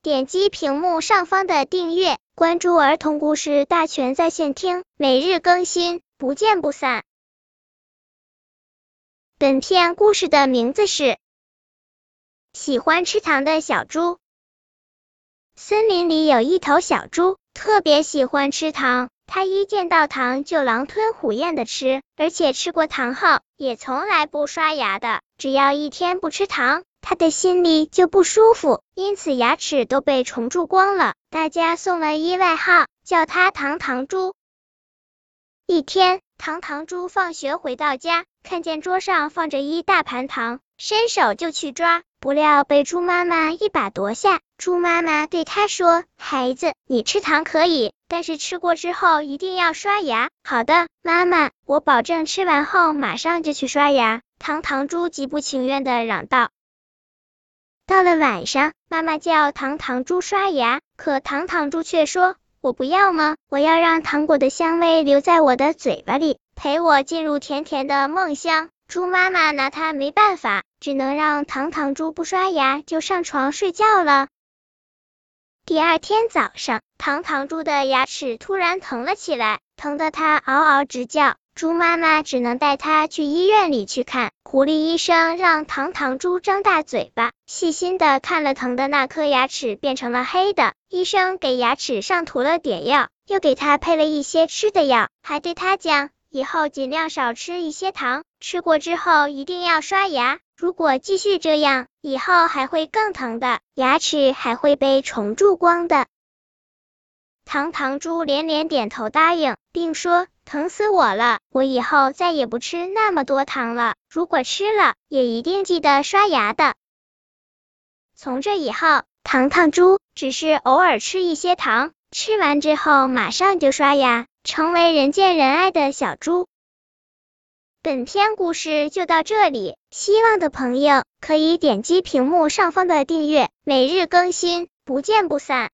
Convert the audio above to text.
点击屏幕上方的订阅，关注儿童故事大全在线听，每日更新，不见不散。本片故事的名字是喜欢吃糖的小猪。森林里有一头小猪，特别喜欢吃糖，它一见到糖就狼吞虎咽的吃，而且吃过糖后也从来不刷牙的，只要一天不吃糖，他的心里就不舒服，因此牙齿都被虫蛀光了，大家送了一外号，叫他糖糖猪。一天，糖糖猪放学回到家，看见桌上放着一大盘糖，伸手就去抓，不料被猪妈妈一把夺下。猪妈妈对他说，孩子，你吃糖可以，但是吃过之后一定要刷牙。好的，妈妈，我保证吃完后马上就去刷牙。糖糖猪极不情愿地嚷道。到了晚上，妈妈叫糖糖猪刷牙，可糖糖猪却说，我不要吗？我要让糖果的香味留在我的嘴巴里，陪我进入甜甜的梦乡。猪妈妈拿它没办法，只能让糖糖猪不刷牙就上床睡觉了。第二天早上，糖糖猪的牙齿突然疼了起来，疼得它嗷嗷直叫。猪妈妈只能带它去医院里去看。狐狸医生让糖糖猪张大嘴巴，细心的看了疼的那颗牙齿变成了黑的。医生给牙齿上涂了点药，又给它配了一些吃的药，还对它讲，以后尽量少吃一些糖，吃过之后一定要刷牙，如果继续这样，以后还会更疼的，牙齿还会被虫蛀光的。糖糖猪连连点头答应，并说，疼死我了，我以后再也不吃那么多糖了，如果吃了，也一定记得刷牙的。从这以后，糖糖猪只是偶尔吃一些糖，吃完之后马上就刷牙，成为人见人爱的小猪。本篇故事就到这里，希望的朋友可以点击屏幕上方的订阅，每日更新，不见不散。